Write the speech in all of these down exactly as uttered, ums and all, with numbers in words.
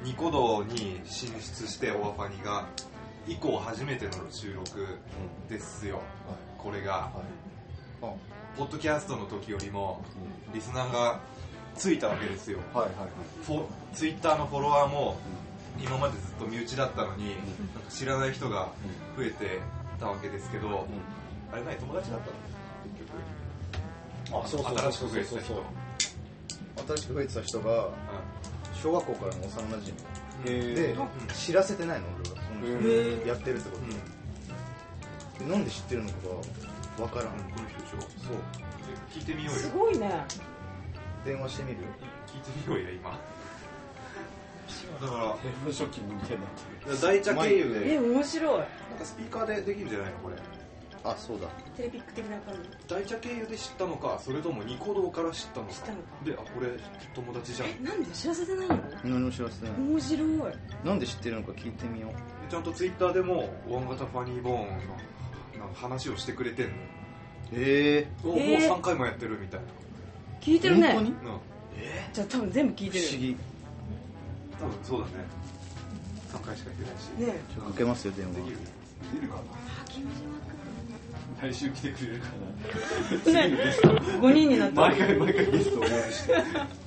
ニコ動に進出してオアファニが以降初めての収録ですよ、うん、これが、はいうん、ポッドキャストの時よりもリスナーがついたわけですよ、はいはいはい、フォツイッターのフォロワーも今までずっと身内だったのに、うん、なんか知らない人が増えてたわけですけど、うん、あれ何友達だったの結局あそうそうそうそうそうそう新しく増えてた人が小学校からの幼馴染で知らせてないの俺がそのやってるってこと、うん、なんで知ってるのかが分からん、うん、この人でしょそう聞いてみようよすごいね電話してみる聞いてみようよ今だからテレビショッキングみたいになってる大茶経由でえ面白いなんかスピーカーでできるんじゃないのこれあそうだテレビック的な感じ大茶経由で知ったのかそれともニコ動から知ったのか知ったのかであこれ友達じゃんえなんで知らせてないの何も知らせてない面白いなんで知ってるのか聞いてみようちゃんとツイッターでもワンガタファニーボーンの話をしてくれてんのえー、もうえー、 さんかいもやってるみたいな聞いてるね本当に、うんえー、じゃあ多分全部聞いてる不思議多分そうだねさんかいしか言ってないしねちょっとかけますよ電話できる出るかな君島来週来てくれるか君ねごにんになって毎回毎回ゲストをお呼びして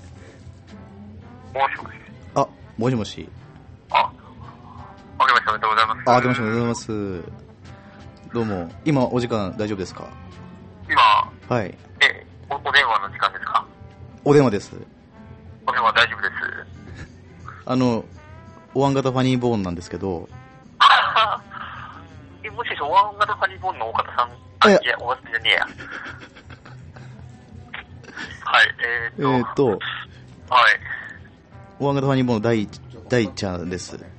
もしもしあもしもしあ明けましておめでとうございますあ明けましておめでとうございますどうも今お時間大丈夫ですか今はいえ お, お電話の時間ですかお電話ですお電話大丈夫ですあのお椀型ファニーボーンなんですけどえもしかしてお椀型ファニーボーンの大方さんあいや大方じゃねえやはいえー、っとえー、っとはいお椀型ファニーボーンの大大ちゃんです、うん、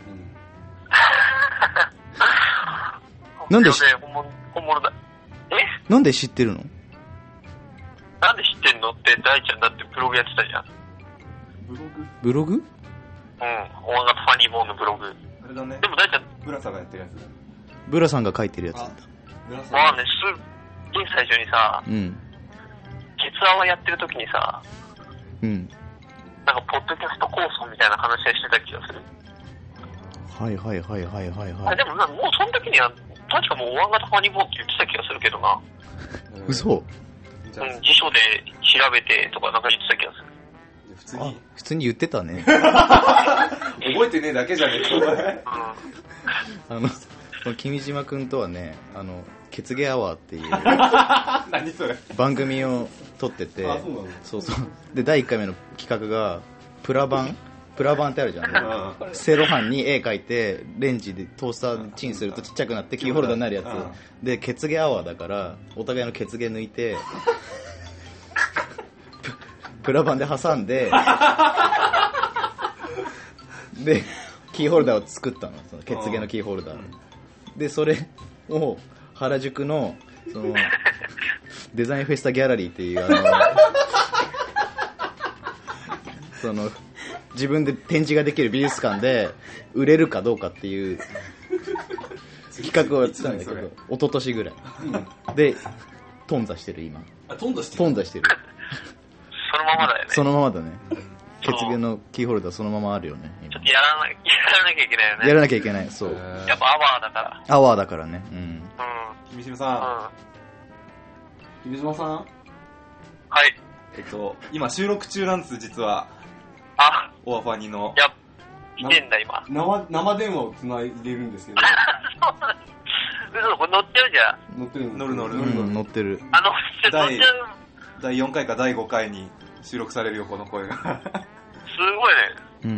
なんで本物、本物だえなんで知ってるのなんで知ってんのって大ちゃんだってブログやってたじゃんブログブログうんお椀型ファニーボーンのブログあれだねでも大ちゃんブラサがやってるやつブラさんが書いてるやつだったブラサまあねすっげえ最初にさうんケツアワやってる時にさうんなんかポッドキャスト構想みたいな話はしてた気がするはいはいはいはいはいはあいでもなもうその時には確かもうお椀型ファニーボーンって言ってた気がするけどな嘘うん辞書で調べてとかなんか言ってた気がする普通に普通に言ってたね覚えてねえだけじゃねえかお前あのその君島くんとはねあの血芸アワーっていう何それ番組を撮っててあそうなのそうそうでだいいっかいめの企画がプラバンプラバンってあるじゃんセロハンに絵描いてレンジでトースターチンするとちっちゃくなってキーホルダーになるやつで血芸アワーだからお互いの血芸抜いてプラバンで挟んででキーホルダーを作ったのその血芸のキーホルダーでそれを原宿のそのデザインフェスタギャラリーっていうあのその自分で展示ができる美術館で売れるかどうかっていう企画をやってたんだけど一昨年ぐらいで頓挫してる今あ頓挫してる頓挫してるそのままだよねそのままだね血芸のキーホルダーそのままあるよねちょっとやらなやらなきゃいけないよねやらなきゃいけないそうやっぱアワーだからアワーだからねうんうん君島さうん君島さんはいんえっと今収録中なんです実はあオアファニのいや来てんだ今生生電話をつないでるんですけどそうなん嘘これ乗っちゃうじゃん乗ってる乗る乗るうん乗ってるあの乗っちゃうだいよんかいかだいごかいに収録されるよこの声がすごいねうん、うん、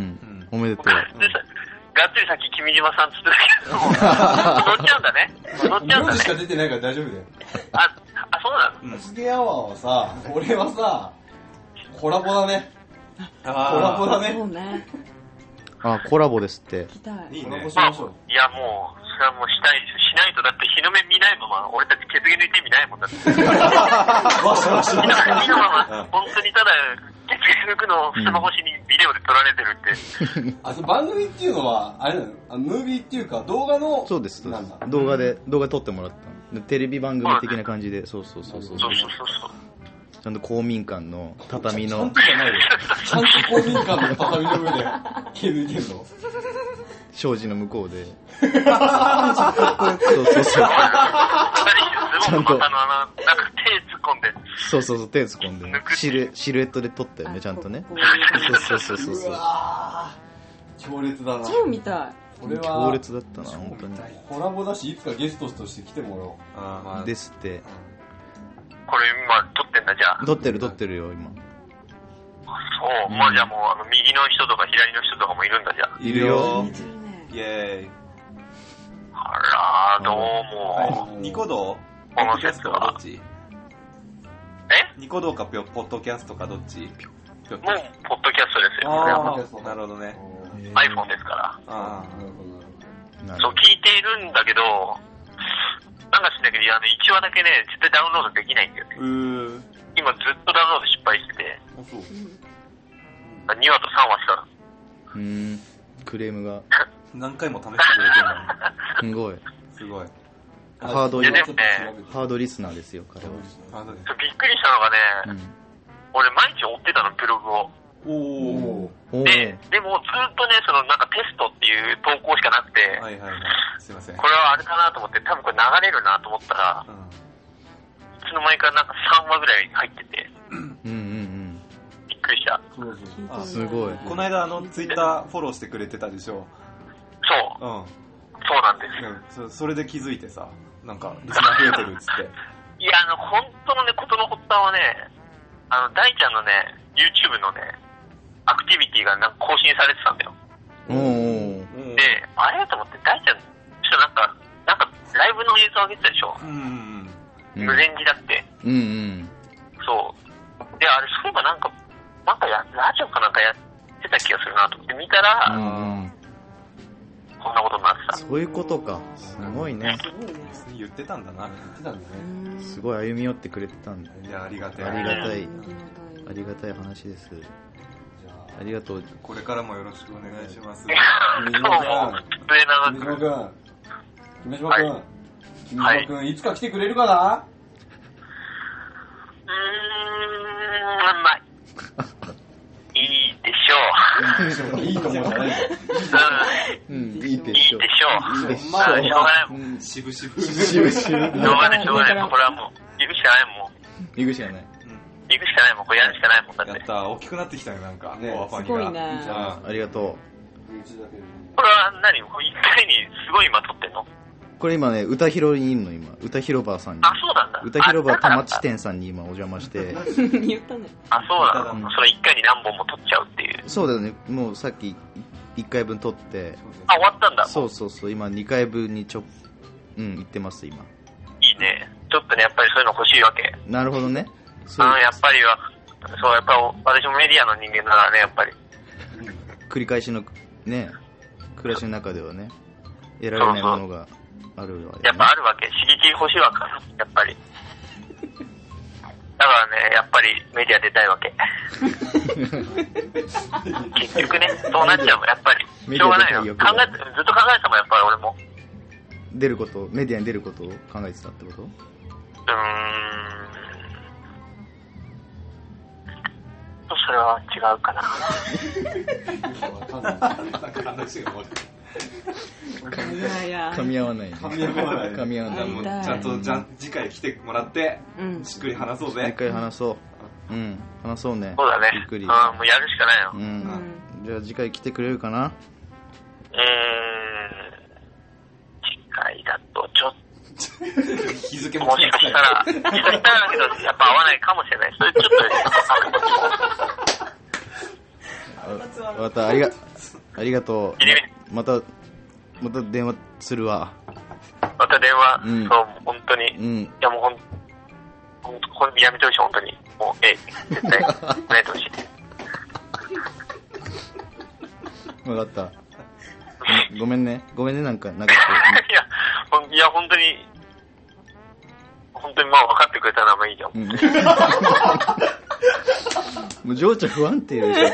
おめでとうでさがっつりさっき君島さんっつってたけど乗っちゃうんだね乗っちゃうんだ名字しかね出てないから大丈夫だよああそうなの血芸アワーはさ俺はさコラボだねコラボだねそうねあコラボですって聞きたいいいねコラボしまあましょういやもうそれはもうしたいしないとだって日の目見ないまま俺たち血芸抜いてみないもんだってわしわし見のまま本当にただ血芸抜くのをスマホ越しにビデオで撮られてるって、 あその番組っていうのはあれなのあのムービーっていうか動画のそうですそうでなんだす動画で動画撮ってもらったのでテレビ番組的な感じでそうそうそうそうそうそうそうそうちゃんと公民館の畳のちゃんとじゃないよ。ちゃんと公民館の畳の上で毛抜いてんの障子の向こうで。 かっこよく。 そうそうそう。 ちゃんと。なんか手突っ込んで。 そうそうそう、手突っ込んで、ね。シル、シルエットで撮ったよね、ちゃんとね。そうそうそうそう。 うわー強烈だな。 超見たい。 これは強烈だったな、本当に。 コラボだし、いつかゲストとして来てもらおう。 あまあ、 ですって。 これ今撮ってんだ、じゃあ。 撮ってる撮ってるよ、今。 そう、まあじゃあもう、あの、右の人とか左の人とかもいるんだ、じゃあ。 いるよ。 イェーイ。 あらー、どうも。 ニコ動この説は。 どっち？ えニコ動かポッドキャストかどっち？ もう、ポッドキャストですよ。 ああ、なるほどね。 iPhone ですから。 ああ、 なるほど。 そう、聞いているんだけど、なんかしないけど、あの、いちわだけね、絶対ダウンロードできないんだよね。 うー。 今ずっとダウンロード失敗してて、 あ、そう。 にわとさんわしか。 うーん、クレームが。 何回も試してくれてるのに。 すごい。 すごい。 ハードリ、 いやでもねハードリスナーですよ、彼は。 ハードでそうびっくりしたのがね、 うん。 俺毎日追ってたの、ブログを。 おお。 おでー。、 でもずっとね、そのなんかテストっていう投稿しかなくて、 はいはいはい。すいません。 これはあれかなと思って、多分これ流れるなと思ったら、 うん。 いつの間にかなんかさんわぐらい入ってて、 うんうんびっくりした。 そうそう。 あうん。すごい。 この間あのツイッターフォローしてくれてたでしょ。 そう、 うん。 そうなんですよ。 そそれで気づいてさ、なんかリスナー増えてるっつって。 いや、あの、本当のね、ことの発端はね、あの、大ちゃんのね、YouTube のね、アクティビティがなんか更新されてたんだよ。 おー。 うんで、あれと思って、大ちゃん、ちょっとなんか、なんか、ライブの映像上げてたでしょ。 うんうんうん無電磁だって。 うんうん。 そう。で、あれ、そういえばなんか、なんかや、ラジオかなんかやってた気がするなと思って見たら、 うんうん。 こんなことになってた。 そういうことか。すごいね。 すごいね。 うん。言ってたんだな。 言ってたんだね。 すごい歩み寄ってくれてたんだ。 いや、ありがてえ。 ありがたい。 あありがたい話です。 じゃありがとう。 これからもよろしくお願いします。 いやー、どうも、末あ、 永く。 君島くん。君島くん。 はい君島くん、いつか来てくれるかなうーん、まあ、いいでしょう。 いいと思うじゃないよ。 うん、 うん、いいでいいしょう。 でしょう。 いいでしょう。 まあ、しょうがないもん。 うん、 しぶしぶ。 しぶしぶ。 しょうがない、しょうがない。これはもう、行くしかないもん。 行くしかない。 行くしかないもん。これやるしかないもん。だって。 やった、大きくなってきたよ、なんか、 ねオアファニすごいが。 ね。 あありがとこれは何もう一回にすごい今撮ってんの？ う。これ今ね、歌広にいるの今。歌広場さんに。 あ、そうなんだ。 歌広場あだから田町店さんに今お邪魔して。 言ったね。 あ、そうなうんの。それ一回に何本も撮っちゃうっていう。 そうだよね。もうさっきいっかいぶん撮って。 あ、終わったんだ。 そうそうそう。今にかいぶんにちょ、うん、行ってます今。 いいね。ちょっとね、やっぱりそういうの欲しいわけ。 なるほどね。そうあの、やっぱりは、そう、やっぱ私もメディアの人間だからね、やっぱり。 繰り返しのね、暮らしの中ではね、得られないものがあるわけ、ね。 やっぱあるわけ。刺激欲しいわけ。やっぱり。だからね、やっぱりメディア出たいわけ。結局ね、そうなっちゃうもん、やっぱり。 メしょうがないよ。 ディア出たい欲考えて、ずっと考えてたもん、やっぱり俺も。 出ること、メディアに出ることを考えてたってこと？ うーん。それは違うかな。 なんか話がいやいや。 噛み合わないね。 噛み合わない噛み合わない。 もうちゃんとじゃん次回来てもらって、 うん。 しっくり話そう一ぜ。 回話そう。うん、話そうね。 そうだね。 ゆっくり。 うん、もうやるしかないよ。 う。 うんん。 じゃあ次回来てくれるかな？ うーん。次回だと、ちょっ日付と、 ももしかしたら、もしかしたらだけど、やっぱ合わないかもしれない。それちょっと、 またありが、ありがとギリギリう。また、また電話するわ。 また電話、 うんそう、本当に。 うん。 いやもうほん、ほんと、これやめてほしい、本当に。もう、ええ、絶対、やめてほしい。 わかった。ごめんね。ごめんね、なんか、なんかいや、ほんいや、本当に、本当にまあ分かってくれたらまあいいじゃん。 うん。もう情緒不安定でしょ。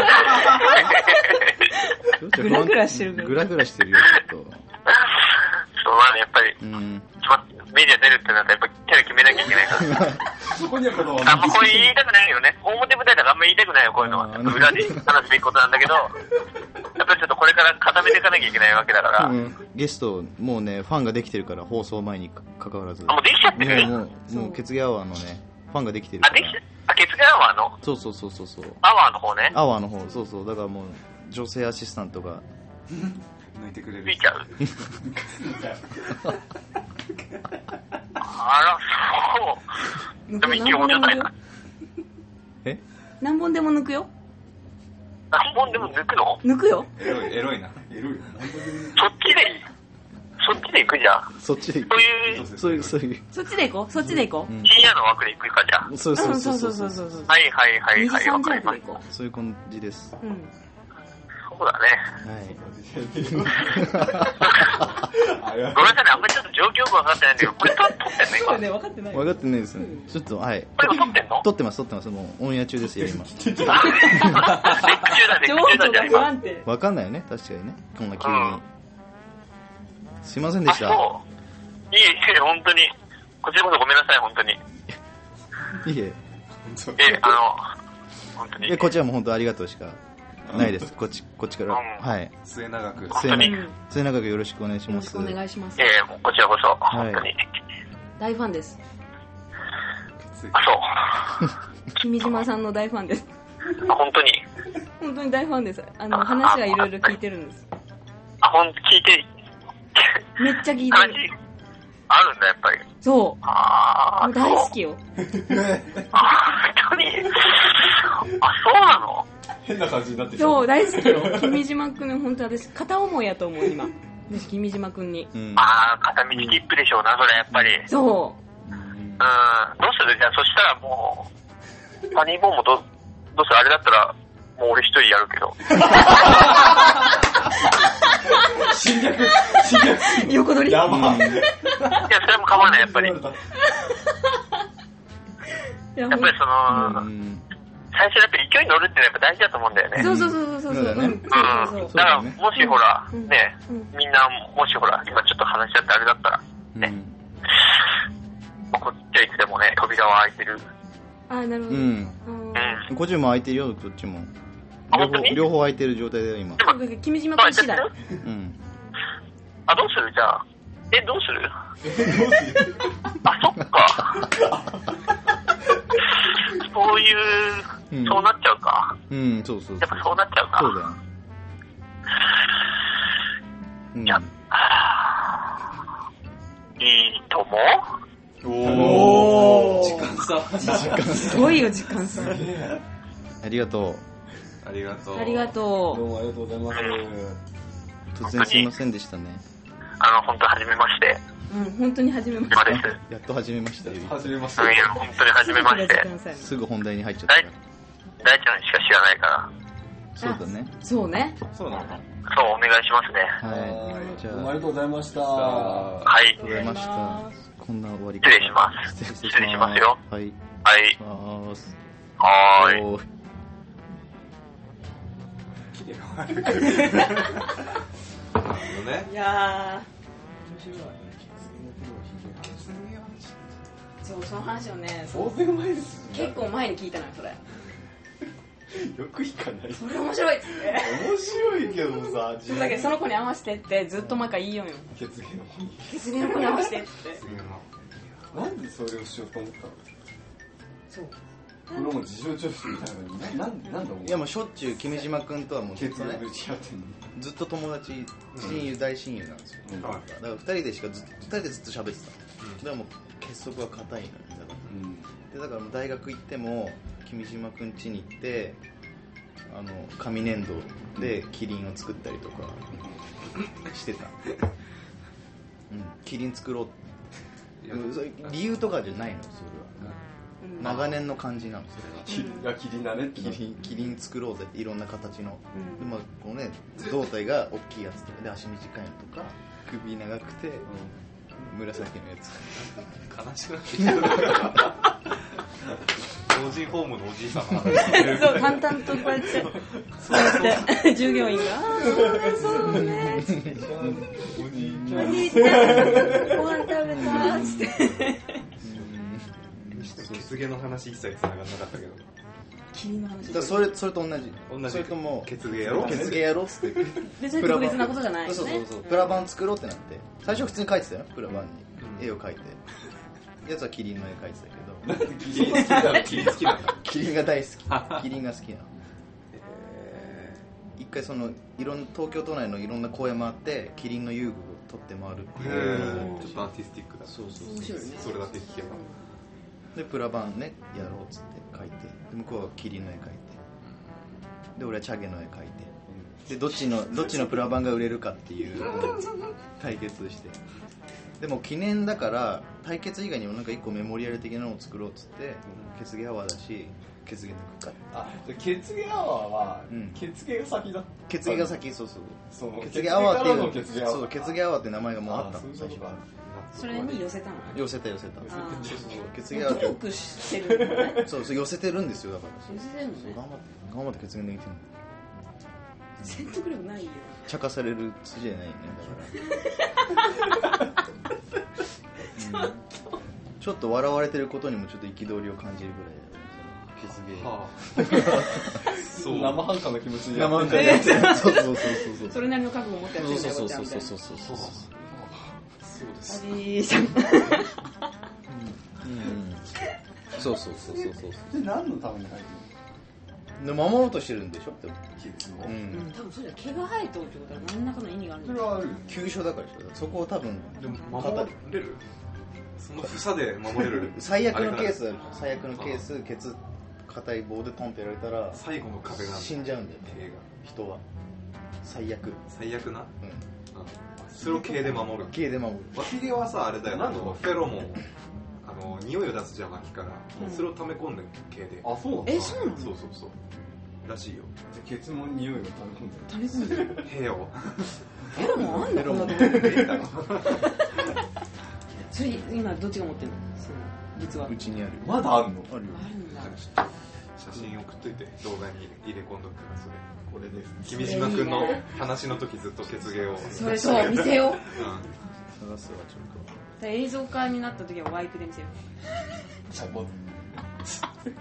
グラグラしてるグラグラしてるよ、ちょっと。 そう、まあね、やっぱり、 うん。 決まって、 メディア出るってなったらやっぱキャラ決めなきゃいけないからそこにはこだわりあんまこれ言いたくないよね。表舞台だからあんま言いたくないよ、こういうのは。裏で話すべきことなんだけど、やっぱりちょっとこれから固めていかなきゃいけないわけだから。 うん、ゲスト、もうね、ファンができてるから、放送前にかかわらず。 あ、もうできちゃってる？ もう、もう、ケツゲアワーのね、ファンができてるから。あ、できちゃあ、ケツゲアワーの？ そうそうそうそうそう。 アワーの方ね。 アワーの方、そうそう。だからもう、女性アシスタントが。 抜いてくれる。 抜いちゃうあら、そう。でも一応もうちょっとえ何本でも抜くよ。 何本でも抜くの？ 抜くよ。 エロい、エロいな。 エロい。 そっちでいい。そっちで行くじゃん。 そっちで行く。そういう、 そういう、そういう。 そっちで行こう。そっちで行こう。 深夜の枠で行くか、じゃあ。 そうそうそうそうそうそうそう。 はいはいはいはい。 にじさんじ枠で行こう。そういう感じです。 うん。 そうだね。 はい。 ごめんなさいね、あんまりちょっと状況よく分かってないんだけど、これ撮ってんの今。 そうね、分かってない。 分かってないですね。ちょっと、はい。 これ撮ってんの？ 撮ってます、撮ってます。もう、オンエア中ですよ、今。 レック中だ、レック中だじゃん、今。 分かんないよね、確かにね。こんな急に。すいませんでした。 あ、そう。いえいえ、本当に。こちらこそごめんなさい、本当に。 いえ。 え、あの、本当に。 え、こちらも本当ありがとうしかないです。こっち、こっちから。はい。 末永く。 末永く。末永くよろしくお願いします。 よろしくお願いします。 ええ、もうこちらこそ、本当に。 大ファンです。 あ、そう。 君島さんの大ファンです。 あ、本当に。 本当に大ファンです。あの、話はいろいろ聞いてるんです。 あ、ほんと聞いて、 めっちゃ聞いてる。 話あるんだ、やっぱり。 そう。 ああ。 大好きよ。 あ、本当に。あ、そうなの？ 変な感じになってきた。 そう、大好きよ。君島くんね、本当私、片思いやと思う、今。私、君島くんに。 うん、 ああ、片道切符でしょうな、それ、やっぱり。 そう。 うん。どうする？じゃあ、そしたらもう、ファニーボーンもど、どうする？あれだったら、もう俺一人やるけど。 侵略、侵略。 横取り。 やばい。 いや、それも構わない、やっぱり。やっぱりその、うん最初やっぱり勢いに乗るってのはやっぱ大事だと思うんだよね。 そうそうそうそうそう。うん。 だからもしほら、ね、みんなもしほら、今ちょっと話し合ってあれだったら、ね、こっちはいつでもね、扉は開いてる。 あ、なるほど。うん。 こっちも開いてるよ、こっちも。両方、両方開いてる状態だよ、今。 君島君次第。うん。 あ、どうするじゃあ。え、どうするあ、そっか。そういう、うん、そうなっちゃうか。 うん、そうそうそう。 やっぱそうなっちゃうか。 そうだよ。 うん、いや、いいともおー時間差。時間差。 すごいよ、時間差。 ありがとう。 ありがとう。 ありがとう。 どうもありがとうございます。 突然すいませんでしたね。 あの、本当はじめまして。 うん、本当に初めまして。 やっと初めまして。 初めまして。 いや、本当に初めまして。 すぐ本題に入っちゃった。 大ちゃんしか知らないから。 そうだね。 そうね。 そうなの。 そう、お願いしますね。 はい。 じゃあ、ありがとうございました。 はい。 ありがとうございました。こんな終わり方。 失礼します。失礼しますよ。 はい。 はい。 はーい。 キレが悪い。 いやー。そう、その話をね、 当然前です。 結構前に聞いたのよ、それ。 よく聞かない。 それ面白いっつって。 面白いけどさ、 そうだけどその子に合わせてってずっと毎回言いようよ。 血芸の子に。 血芸の子に合わせてって。 なんでそれをしようと思ったの？ そう。 これも事情聴取みたいなのに、なんでなんだろう。 いやもうしょっちゅう君島くんとはもう血芸ぶち合ってんの。 ずっと友達、親友、大親友なんですよ。だから二人でしかずっと二人でずっと喋ってた。でも結束は固いのよ。だからでだからもう大学行っても君島くん家に行ってあの紙粘土でキリンを作ったりとかしてた。うん、キリン作ろうって理由とかじゃないのそれは。長年の感じなのそれは。 キリンがキリンだねってキリンキリン作ろうぜっていろんな形の。でまあこうね胴体が大きいやつとかで足短いのとか首長くて。紫のやつ悲しくなってきた老人ホームのおじいさんの話してる。 そう、淡々とこうやって、そうやって従業員が、ああ、そうね、そうね、つって。 おじいちおゃん。 じいちゃん、ご飯食べたつって。 血毛の話一切繋がんなかったけど。 君の話。 だそれそれと同じ。 同じ。 それとも血毛やろう。 血毛やろうっつって。 別に特別なことじゃない。 そうそうそう。プラ板作ろうってなって、最初普通に描いてたよ。プラ板に絵を描いて。やつはキリンの絵描いてたけど。 キリン好きなんだ。キリン好きなんだ。 キリンが大好き。キリンが好きなの。一回そのいろんな東京都内のいろんな公園回ってキリンの遊具を撮って回るっていう。 ちょっとアーティスティックだ。 そうそうそう。 面白いね。 それだけ聞けば。 でプラ板ねやろうっつって描いて、で向こうはキリンの絵描いて、で俺はチャゲの絵描いて、でどっちのどっちのプラ板が売れるかっていう対決して、でも記念だから対決以外にもなんか一個メモリアル的なのを作ろうっつって、血毛アワーだし血毛抜くか。 あ、血毛アワーは、 うん、 血毛が先だった。 血毛が先。そうそうそう。 血毛アワーっていう血毛アワー。 そう血毛アワーって名前がもうあったの最初から。 それに寄せたの？ 寄せた寄せた。 血毛アワー。努力してるのね。 そうそう寄せてるんですよだから。 寄せてるのね。 頑張って頑張って血毛抜いてるの。 説得力ないよ。 茶化される筋じゃないよねだから。ちょっと、うん、ちょっと笑われてることにもちょっと憤りを感じるぐらいだよね。血毛。はあ、そう生半可な気持ちに生半可な。そうそうそうそう。 それなりの覚悟を持ってやってるんだよ。 そうそうそうそうそうそう。 そうです。 おじいちゃん。 そうそうそうそうそう。 で何のために入ってるの？守ろうとしてるんでしょ？でも。 うん。多分それは毛が生えとるってことは何らかの意味があるんだよ。 それはある。 急所だからでしょ。そこを多分でも守れる？その房で守れる？ 最悪のケースある。最悪のケースケツ硬い棒でトンってやられたら最後の壁が死んじゃうんだよね。人は最悪。 最悪な？うん。それを毛で守る。 毛で守る。 脇毛はさあれだよ。あのフェロモン。あの匂いを出すじゃん脇から、うん、それを溜め込んで毛で。 あ、そうなんだ。 え、そうなの？ そうそうそうらしいよ。 じゃあケツも匂いを溜め込んでる。 溜め込んでる。 ヘをフェロモンあんの？ フェロモンそれ今どっちが持ってんの？その実はうちにある。 まだあるの？ あるよ。 あるんだ。 写真送っといて動画に入れ込んどくからそれ。 これです。 君島くんの話の時ずっと血毛を。 それそう見せよう。うん。 探すわちょっと。 映像化になった時はワイプで見せよう。 シャボン。 血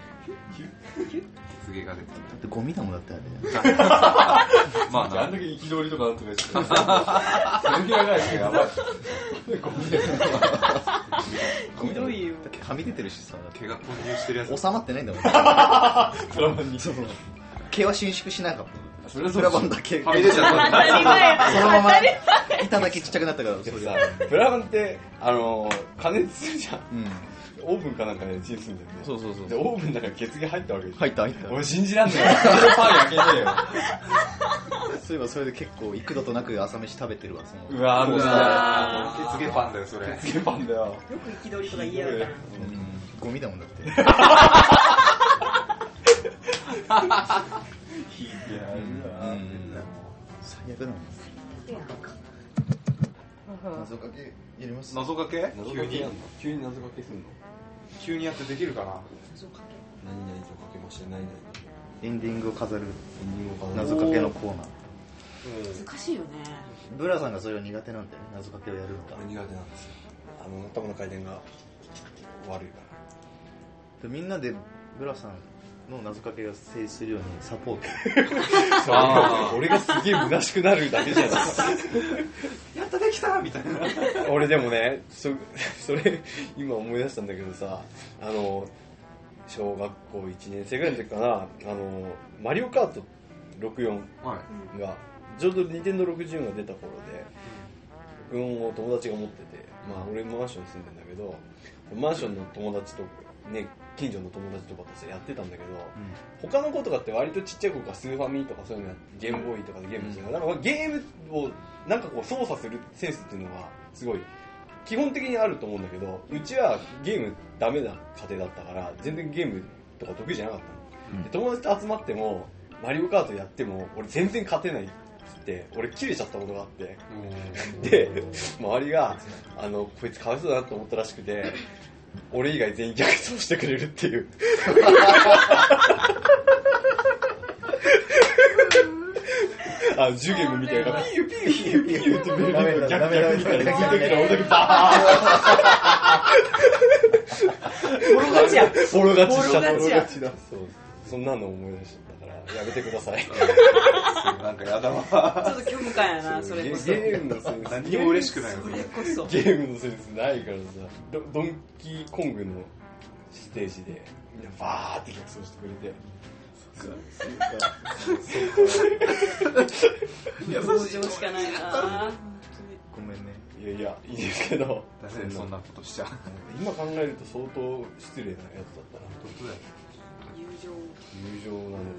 毛が出てだってゴミだもんだってあれ。まああんだけ憤りとかなんとかして。その気がないですよ。やばい。ゴミだ。 ひどいよ。 はみ出てるしさ。 毛が混入してるやつ。 収まってないんだもん。 プラ板に。 毛は伸縮しなかった。 それはプラ板だけはみ出ちゃった。 当たり前。 そのまま板だけちっちゃくなったから。 それさ、プラ板ってあの加熱するじゃん。 うん。 オーブンかなんかでチンするんだよね。 そうそうそう。 でオーブンの中に血毛入ったわけでしょ。 入った入った。 俺信じらんねえよ。それでパン焼けねえよ。 そういえばそれで結構幾度となく朝飯食べてるわ。そのうわあるな。 血毛パンだよそれ。 血毛パンだよ。 よく憤りとか言いやがった。 ゴミだもんだって。 ひげあるな。 最悪だもん。謎かけやります？ 謎かけ？ 急に急に謎かけするの？ 急にやってできるかな？ 謎かけ。 何々とかけまして何々。 エンディングを飾るエンディングを飾る謎かけのコーナー。難しいよね。 ブラさんがそれは苦手なんだよね。謎かけをやるのが。 苦手なんですよ。あの頭の回転が悪いから。 みんなでブラさんの謎かけが成立するようにサポート。 ああ、俺がすげえ虚しくなるだけじゃない。 やったできたみたいな。 俺でもね、そ, それ今思い出したんだけどさ、あの小学校いちねん生ぐらいの時かな、あのマリオカートろくじゅうよんが、はい、ちょうどニンテンドーろくじゅうよんが出た頃で、ろくじゅうよんを友達が持ってて、まあ俺マンションに住んでんだけど、マンションの友達とね、近所の友達とかとやってたんだけど、うん、他の子とかって割とちっちゃい子がスーファミとかそういうのやゲームボーイとかでゲームするから、うん、なんかゲームをなんかこう操作するセンスっていうのがすごい基本的にあると思うんだけど、うちはゲームダメな家庭だったから全然ゲームとか得意じゃなかったの、うん、で友達と集まってもマリオカートやっても俺全然勝てないって俺切れちゃったことがあって、で周りがあのこいつかわいそうだなと思ったらしくて、 俺以外全員逆走してくれるっていうあ、ジュゲムみたいなピューピューピューピューってベルで逆逆みたいな聞いたけど俺だけバーンボロ勝ちやボロ勝ちしちゃったボロ勝ちだそうそんなの思い出しちゃったからやめてくださいなんかやだわちょっと虚無感やなそれこそゲームのセンス何にも嬉しくないよそれこそゲームのセンスないからさド、ドンキーコングのステージでみんなバーって逆走してくれて同情しかないなごめんね。 いやいやいいですけどだねそんなことしちゃう今考えると相当失礼なやつだったな本当だよ友情友情なのか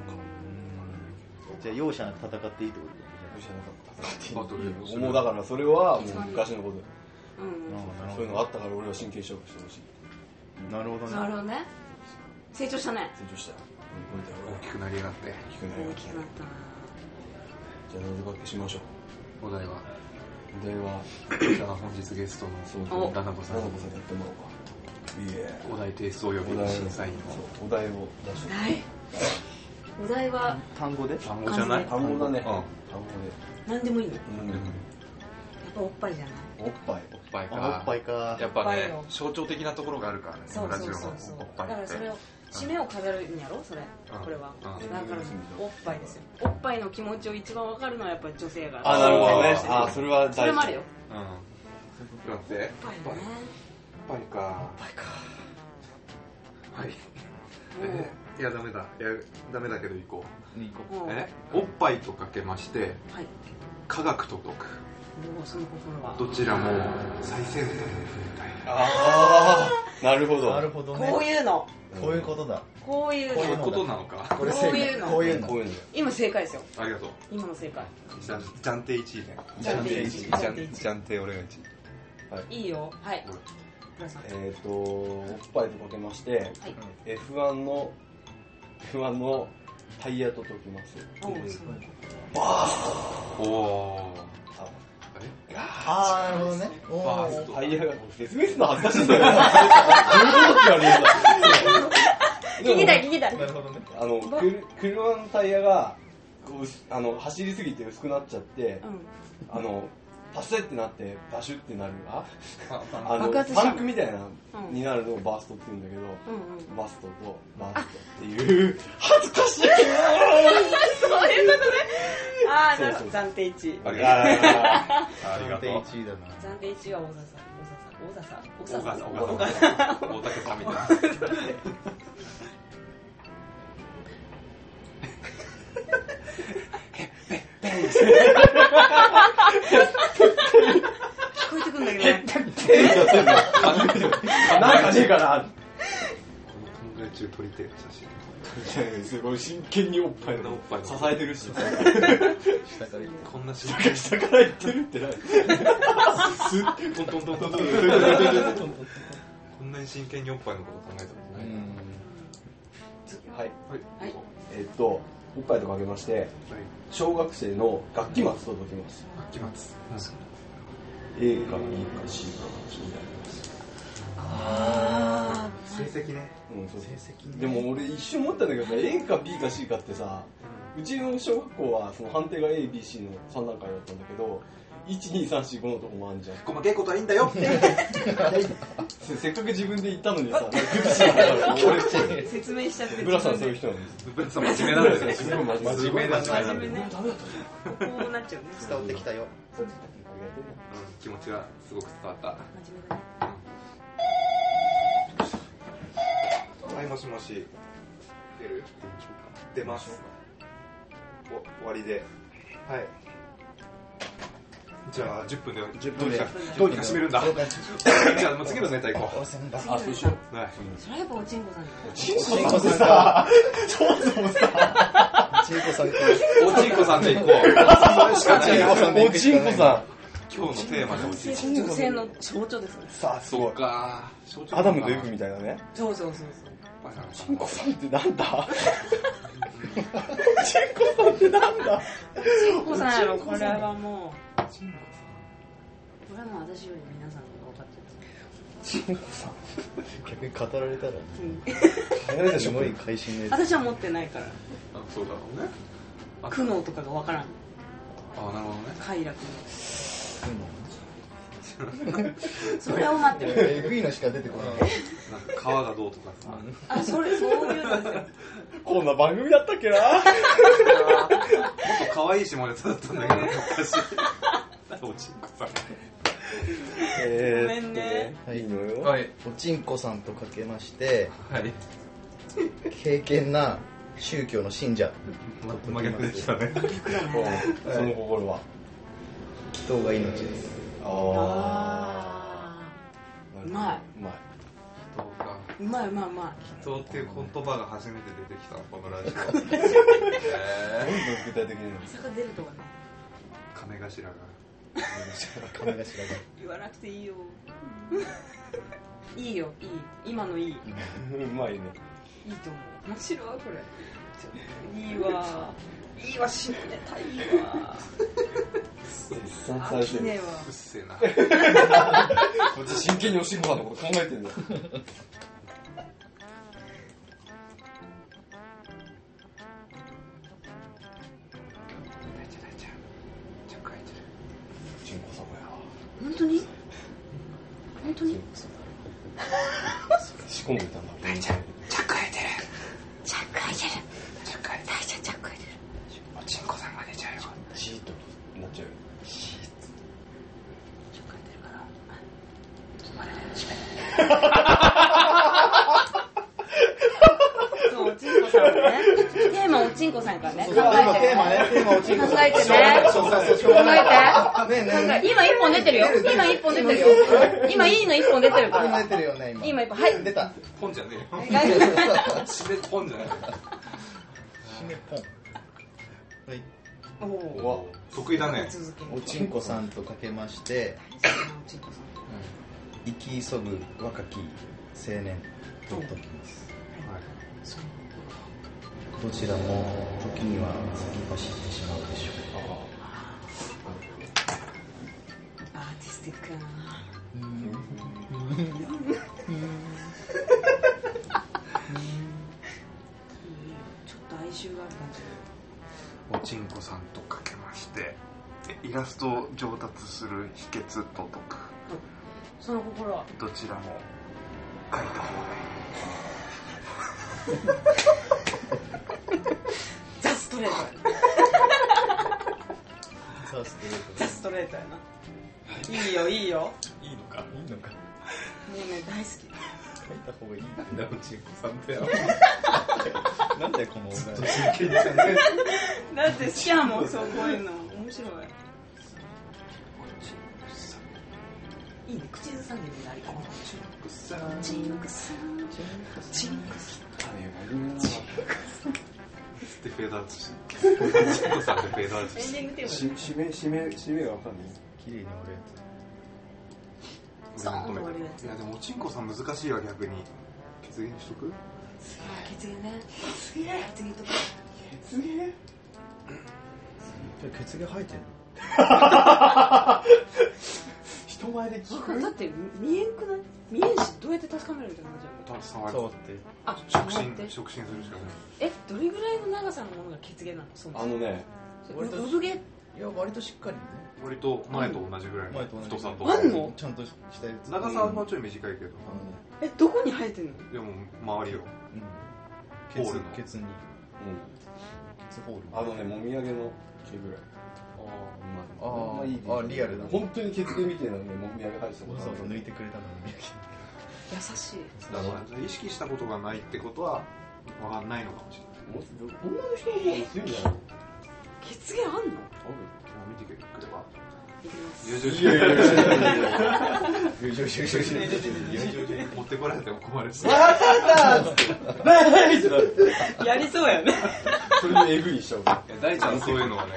じゃあ容赦なく戦っていいってことバトルもうだからそれはもう昔のことうんうんそういうのがあったから俺は真剣勝負してほしいなるほどね。 なるほどね成長したね成長した大きくなりやがって大きくなりました大きくなったなじゃあ謎かけしましょうお題はお題はじゃあ本日ゲストのおダナコさん奈々子さんやってもらおうかいいえお題提出およびお題審査員そうお題を出してはいお題は単語で単語じゃない単語だねうん単語何でもいいのやでうんっぱおっぱいじゃないおっぱいおっぱいかあおっぱいか。 やっぱねおっぱいよ象徴的なところがあるからねそうそうラジオのそうそうおっぱいってだからそれを締めを飾るんやろそれうんこれはうんだからおっぱいですよおっぱいの気持ちを一番わかるのはやっぱり女性があなるほどねああそれは大事それもあるようんだっておっぱいねおっぱいかおっぱいかはいえいやダメだいやダメだけど行こうにこもうえおっぱいとかけましてはい科学と解くもうその心はどちらも最先端に触れたいああなるほどなるほどね。 こういうのこういうことだ。 こういうのこういうことなのかこれこういうのこういうの。 こういうの今正解ですよありがとう今の正解じゃん暫定いちいね暫定一位暫定一位暫定俺がいちいいいよはいこれ村さんえっとおっぱいとかけましてはいエフワン の エフワン のタイヤと解きますおうそのおおあー、なるほどね。おバースートタイヤが説明するの恥ずかしいんだよどういうことって言われるんだ聞きたい聞きたいなるほどね。 あのくる車のタイヤがこう薄あの走りすぎて薄くなっちゃってうんあのパスってなってバシュってなるあああの爆発したパンクみたいなうんになるのをバーストって言うんだけど、 うんうんバストとバーストっていう恥ずかしいそういうことねああなるほそうど暫定いち位ありあがとうーありがとう暫定いちいだな。 暫定いち位は大笹大笹大笹大大笠笹大笠大竹さんみたいな聞こえてくるんだけどねなんかねえかなこの考え中撮りてえ写真すごい真剣におっぱいのおっぱいの支えてるし下からこんな真剣下から言ってるってないスットントントントントンこんなに真剣におっぱいのこと考えたことないはいはいはいえっとおっぱいとかけまして小学生の学期末と解きます期末 A か B か C か気になりますあ成績ねうんそうでも俺一瞬思ったんだけどさ A か B か C かってさうちの小学校はその判定が エービーシー のさん段階だったんだけどいちにさんしごのとこもあんじゃん細けいことはいいんだよってせせっかく自分で言ったのにさなんか崩しながら俺あ説明しちゃってブラさんそういう人なんですブラさん真面目なんですよすごい真面目真面目な真面目ねこうなっちゃうね伝わってきたよ。 うん気持ちがすごく伝わった真面目だねはいもしもし出る出ますお終わりではいじゃあじゅっぷんでじゅっぷんでどうにか締めるんだじゃあもう次のネタ行こうあそうしようはいそれはやっぱおちんこさんチンコさんってさそもそもさちいこさんか。 おちんこさんで行こうそれしかないおちんこさん今日のテーマでおちんこ女性の象徴ですねさあすごいそうかアダムとエブみたいなねそうそうそうそうチンコさんってなんだチンコさんってなんだちんこさんやろこれはもうこれはもう私より皆さんが分かってるちんこさん逆に語られたら、 語られたすごい会心のやつ。 私は持ってないから。 あ、そうだろうね。 苦悩とかがわからん。 あ、なるほどね。 快楽の。それを待ってる。 えぐいのしか出てこない。 なんか川がどうとかさ。 あ、それ、そういうのですよ。 こんな番組だったっけな。 もっと可愛い下ネタだったんだけど、昔。おちんこさん。 えー、 ごめんね。 いいのよ。 はい。 おちんこさんとかけまして、 はい。 敬虔な宗教の信者。 真逆でしたね。 その心は。 祈祷が命です。 ああ。うまい。 うまい。 そうか。 うまいうまいうまい。 祈祷っていう言葉が初めて出てきたこのラジオ。 どんどん具体的に。 まさか出るとはね。 亀頭が。 亀頭が。 言わなくていいよ。いいよ、いい。今のいい。 うまいね。 いいと思う。面白いこれ。いいわ。いいわ、死ねたいいわ。あ、きねえわ。 うっせえな。 こっち真剣におしんこさんのこと考えてるんだよ。 本当に本当に仕込んでいたんだ。 大ちゃん、チャック開いてる。 チャック開いてる。 チャック開いてる。 大ちゃんチャック開いてる。 おちんこさんが出ちゃうよ。 シーッとなっちゃうよ。 チャック開いてるから。閉まれない。閉めそう、おちんこさんね。テーマおちんこさんからね。考えてね。 テーマね、テーマおちんこさん。 考えてね。 そうそうそう。 考えて。 ねねね。 今一本出てるよ。今一本出てるよ。今いいの一本出てるから。 今出てるよね、今。 今一本、はい。 出た。 ポンじゃねえよ。 大丈夫。 締めポンじゃない。 締めポン。はい。 おうわ、 得意だね。 おちんこさんとかけまして、 おちんこさん。 生き急ぐ若き青年と解きます。どちらも時には先走ってしまうでしょう。 アーティスティックな。ちょっと哀愁がある感じ。 おちんこさんとかけまして、イラストを上達する秘訣と解く。 その心はどちらも書いた方がいい。 ザ・ストレートやな。 さあストレートザ・ストレートやな。いいよ、いいよ。 いいのか。 いいのか。 もうね、大好き。 書いた方がいい。 なんだおちんこさんってよ。 なんでこのお題。 だって好きやもん、そう、こういうの。面白い。いいね、口ずさんでみたり。 チンクさん。 チンクさん。チンクさん。 でフェードアウトして。おちんこさんでフェードアウトエンして。 ディングテーマ。 し締め締め締めがわかんない。 綺麗に折るやストーンと終わるやつ。 いやでもおちんこさん難しいわ逆に。血芸にしとく？ 血芸ね。血芸。血芸とか。 すげえ。 つ。血毛生えてる人前で聞く。 だって見えんくない？見えんし、どうやって確かめるみたいな感じ触る。 触って。 あ、 触診触って触診するしかない。 え、どれぐらいの長さのものが血芸なの？そもそもあのね、 う産毛？ いや、割としっかりね。 割と前と同じぐらいの太さと。 あんの？ ちゃんとしたやつ。 長さはもうちょい短いけど。 え、どこに生えてんの？ でも周りよ。 ケツホールのケツに。 うん。 ケツホール。 あのね、もみあげの毛ぐらい。 あーまあいい。 あ、リアルだ。 本当に血毛みたいなね、もみあげ生えてたことそうそう、抜いてくれたのに。 優しい。 だから意識したことがないってことは分かんないのかもしれない。 もし女の人の方が薄いんじゃない？ 血毛あんの？ 今日見てくれば。 いきます。 よいしょいやいやいやいやいよいしょよいしょよいしょよいしょ。 持ってこられても困るし。 やりそうやね。 それでエグいしちゃう。 大ちゃんそういうのはね、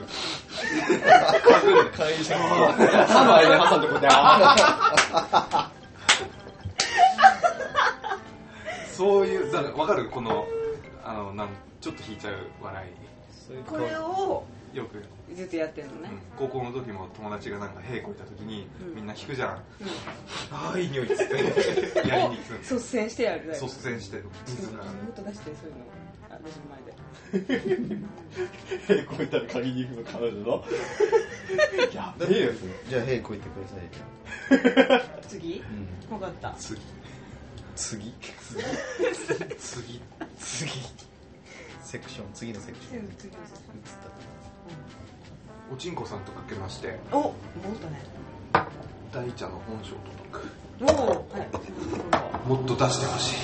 会社の歯の間に挟んでこうやって。 そういう、だから分かるこの、 あのなんちょっと引いちゃう笑いこれをよくずっとやってるのね、 うん、高校の時も友達がなんか屁こいた時に、うん、みんな引くじゃん、うん、ああいい匂いっつってやりに行く率先してやる率先してるもっと出してそういうの私の前で屁こいたら鍵に行くの彼女のやべえよそれ。 じゃあ屁こいてください次、うん、分かった次次次次次セクション次のセクション、うん、次のセクション、 うん、おちんこさんとかけましておもっとね大茶の本性と解くおお、はい、もっと出してほしい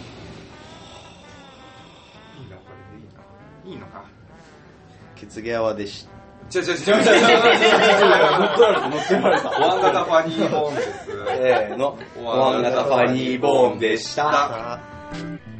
いいなこれでいいないいのか血毛泡でしちゃちゃちゃちゃちゃちゃ乗っ取られた乗っ取られたワン型ファニーボーンですえーのワン型ファニーボーンでした。